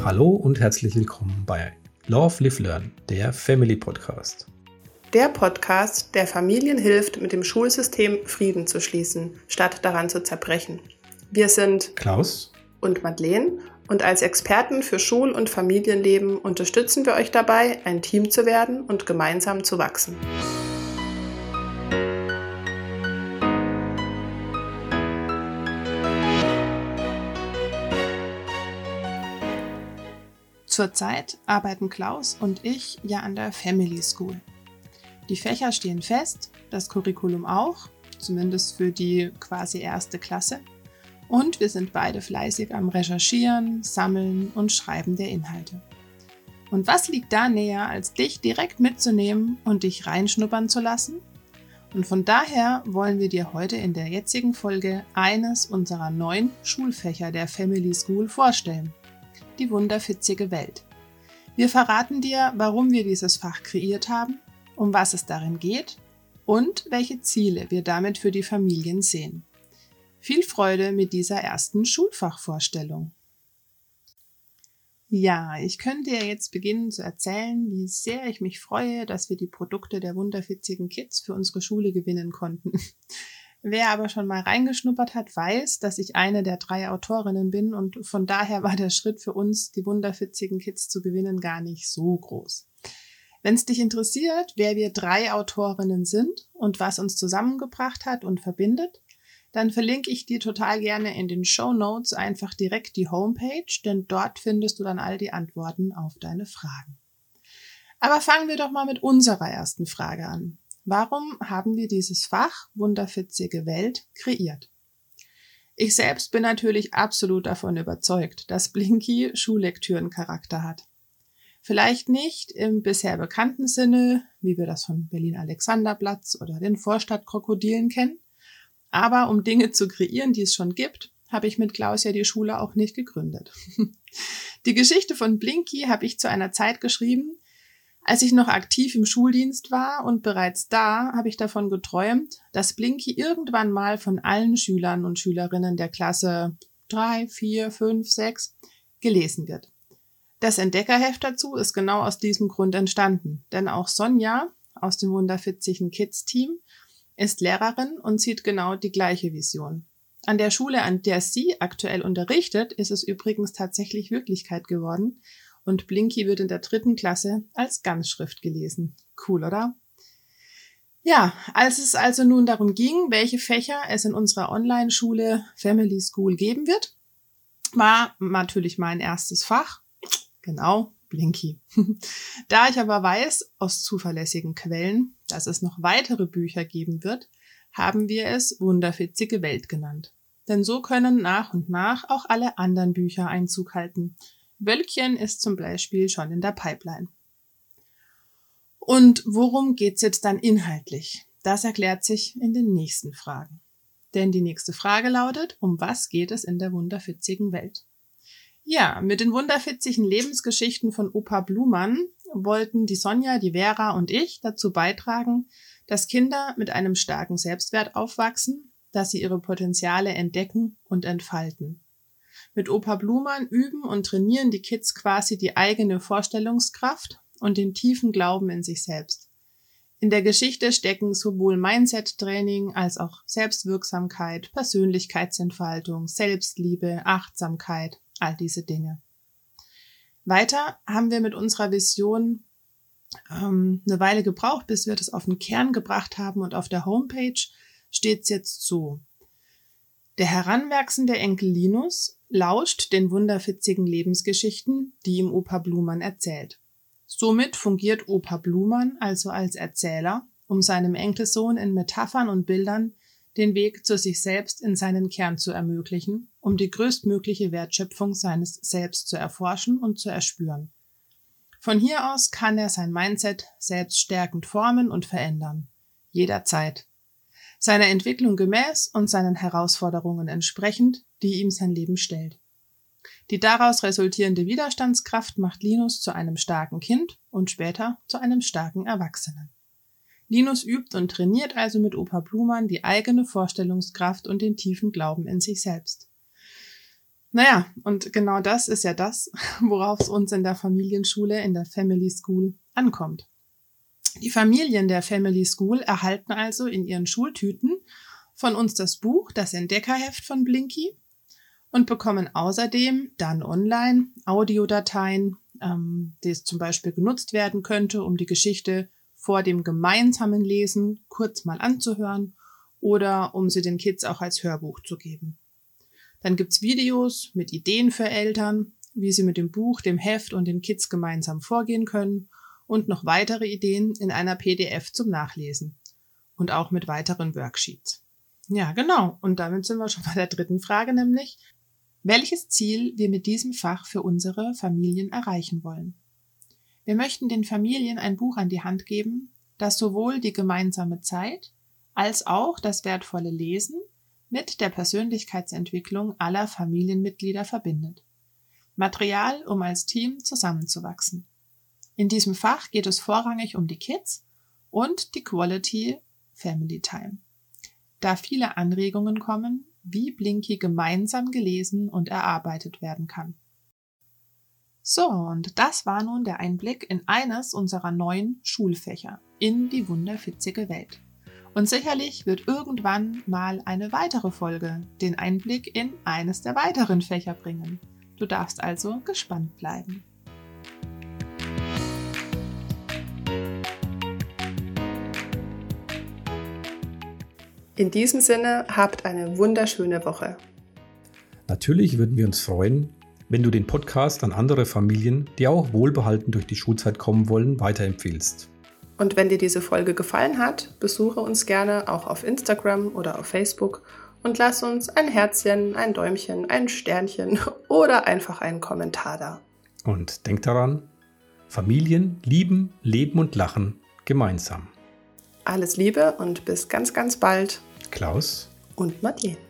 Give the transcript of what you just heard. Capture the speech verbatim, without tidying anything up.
Hallo und herzlich willkommen bei Love, Live, Learn, der Family Podcast. Der Podcast, der Familien hilft, mit dem Schulsystem Frieden zu schließen, statt daran zu zerbrechen. Wir sind Klaus und Madeleine und als Experten für Schul- und Familienleben unterstützen wir euch dabei, ein Team zu werden und gemeinsam zu wachsen. Zurzeit arbeiten Klaus und ich ja an der Family School. Die Fächer stehen fest, das Curriculum auch, zumindest für die quasi erste Klasse. Und wir sind beide fleißig am Recherchieren, Sammeln und Schreiben der Inhalte. Und was liegt da näher, als dich direkt mitzunehmen und dich reinschnuppern zu lassen? Und von daher wollen wir dir heute in der jetzigen Folge eines unserer neun Schulfächer der Family School vorstellen. Die wunderfitzige Welt. Wir verraten dir, warum wir dieses Fach kreiert haben, um was es darin geht und welche Ziele wir damit für die Familien sehen. Viel Freude mit dieser ersten Schulfachvorstellung. Ja, ich könnte ja jetzt beginnen zu erzählen, wie sehr ich mich freue, dass wir die Produkte der wunderfitzigen Kids für unsere Schule gewinnen konnten. Wer aber schon mal reingeschnuppert hat, weiß, dass ich eine der drei Autorinnen bin und von daher war der Schritt für uns, die wunderfitzigen Kids zu gewinnen, gar nicht so groß. Wenn es dich interessiert, wer wir drei Autorinnen sind und was uns zusammengebracht hat und verbindet, dann verlinke ich dir total gerne in den Shownotes einfach direkt die Homepage, denn dort findest du dann all die Antworten auf deine Fragen. Aber fangen wir doch mal mit unserer ersten Frage an. Warum haben wir dieses Fach Wunderfitzige Welt kreiert? Ich selbst bin natürlich absolut davon überzeugt, dass Blinky Schullektürencharakter hat. Vielleicht nicht im bisher bekannten Sinne, wie wir das von Berlin-Alexanderplatz oder den Vorstadtkrokodilen kennen, aber um Dinge zu kreieren, die es schon gibt, habe ich mit Klaus ja die Schule auch nicht gegründet. Die Geschichte von Blinky habe ich zu einer Zeit geschrieben, als ich noch aktiv im Schuldienst war und bereits da habe ich davon geträumt, dass Blinky irgendwann mal von allen Schülern und Schülerinnen der Klasse drei, vier, fünf, sechs gelesen wird. Das Entdeckerheft dazu ist genau aus diesem Grund entstanden, denn auch Sonja aus dem wunderfitzigen Kids-Team ist Lehrerin und sieht genau die gleiche Vision. An der Schule, an der sie aktuell unterrichtet, ist es übrigens tatsächlich Wirklichkeit geworden und Blinky wird in der dritten Klasse als Ganzschrift gelesen. Cool, oder? Ja, als es also nun darum ging, welche Fächer es in unserer Online-Schule Family School geben wird, war natürlich mein erstes Fach, genau, Blinky. Da ich aber weiß, aus zuverlässigen Quellen, dass es noch weitere Bücher geben wird, haben wir es Wunderfitzige Welt genannt. Denn so können nach und nach auch alle anderen Bücher Einzug halten. Wölkchen ist zum Beispiel schon in der Pipeline. Und worum geht's jetzt dann inhaltlich? Das erklärt sich in den nächsten Fragen. Denn die nächste Frage lautet, um was geht es in der wunderfitzigen Welt? Ja, mit den wunderfitzigen Lebensgeschichten von Opa Blumann wollten die Sonja, die Vera und ich dazu beitragen, dass Kinder mit einem starken Selbstwert aufwachsen, dass sie ihre Potenziale entdecken und entfalten. Mit Opa Blumann üben und trainieren die Kids quasi die eigene Vorstellungskraft und den tiefen Glauben in sich selbst. In der Geschichte stecken sowohl Mindset-Training als auch Selbstwirksamkeit, Persönlichkeitsentfaltung, Selbstliebe, Achtsamkeit, all diese Dinge. Weiter haben wir mit unserer Vision ähm, eine Weile gebraucht, bis wir das auf den Kern gebracht haben und auf der Homepage steht es jetzt so. Der heranwachsende Enkel Linus lauscht den wunderfitzigen Lebensgeschichten, die ihm Opa Blumann erzählt. Somit fungiert Opa Blumann also als Erzähler, um seinem Enkelsohn in Metaphern und Bildern den Weg zu sich selbst in seinen Kern zu ermöglichen, um die größtmögliche Wertschöpfung seines Selbst zu erforschen und zu erspüren. Von hier aus kann er sein Mindset selbst stärkend formen und verändern. Jederzeit. Seiner Entwicklung gemäß und seinen Herausforderungen entsprechend, die ihm sein Leben stellt. Die daraus resultierende Widerstandskraft macht Linus zu einem starken Kind und später zu einem starken Erwachsenen. Linus übt und trainiert also mit Opa Blumann die eigene Vorstellungskraft und den tiefen Glauben in sich selbst. Naja, und genau das ist ja das, worauf es uns in der Familienschule, in der Family School ankommt. Die Familien der Family School erhalten also in ihren Schultüten von uns das Buch, das Entdeckerheft von Blinky und bekommen außerdem dann online Audiodateien, ähm, die es zum Beispiel genutzt werden könnte, um die Geschichte vor dem gemeinsamen Lesen kurz mal anzuhören oder um sie den Kids auch als Hörbuch zu geben. Dann gibt's Videos mit Ideen für Eltern, wie sie mit dem Buch, dem Heft und den Kids gemeinsam vorgehen können und noch weitere Ideen in einer P D F zum Nachlesen und auch mit weiteren Worksheets. Ja, genau. Und damit sind wir schon bei der dritten Frage, nämlich, welches Ziel wir mit diesem Fach für unsere Familien erreichen wollen. Wir möchten den Familien ein Buch an die Hand geben, das sowohl die gemeinsame Zeit als auch das wertvolle Lesen mit der Persönlichkeitsentwicklung aller Familienmitglieder verbindet. Material, um als Team zusammenzuwachsen. In diesem Fach geht es vorrangig um die Kids und die Quality Family Time, da viele Anregungen kommen, wie Blinky gemeinsam gelesen und erarbeitet werden kann. So, und das war nun der Einblick in eines unserer neuen Schulfächer, in die wunderfitzige Welt. Und sicherlich wird irgendwann mal eine weitere Folge den Einblick in eines der weiteren Fächer bringen. Du darfst also gespannt bleiben. In diesem Sinne, habt eine wunderschöne Woche. Natürlich würden wir uns freuen, wenn du den Podcast an andere Familien, die auch wohlbehalten durch die Schulzeit kommen wollen, weiterempfiehlst. Und wenn dir diese Folge gefallen hat, besuche uns gerne auch auf Instagram oder auf Facebook und lass uns ein Herzchen, ein Däumchen, ein Sternchen oder einfach einen Kommentar da. Und denk daran, Familien lieben, leben und lachen gemeinsam. Alles Liebe und bis ganz, ganz bald. Klaus und Madeleine.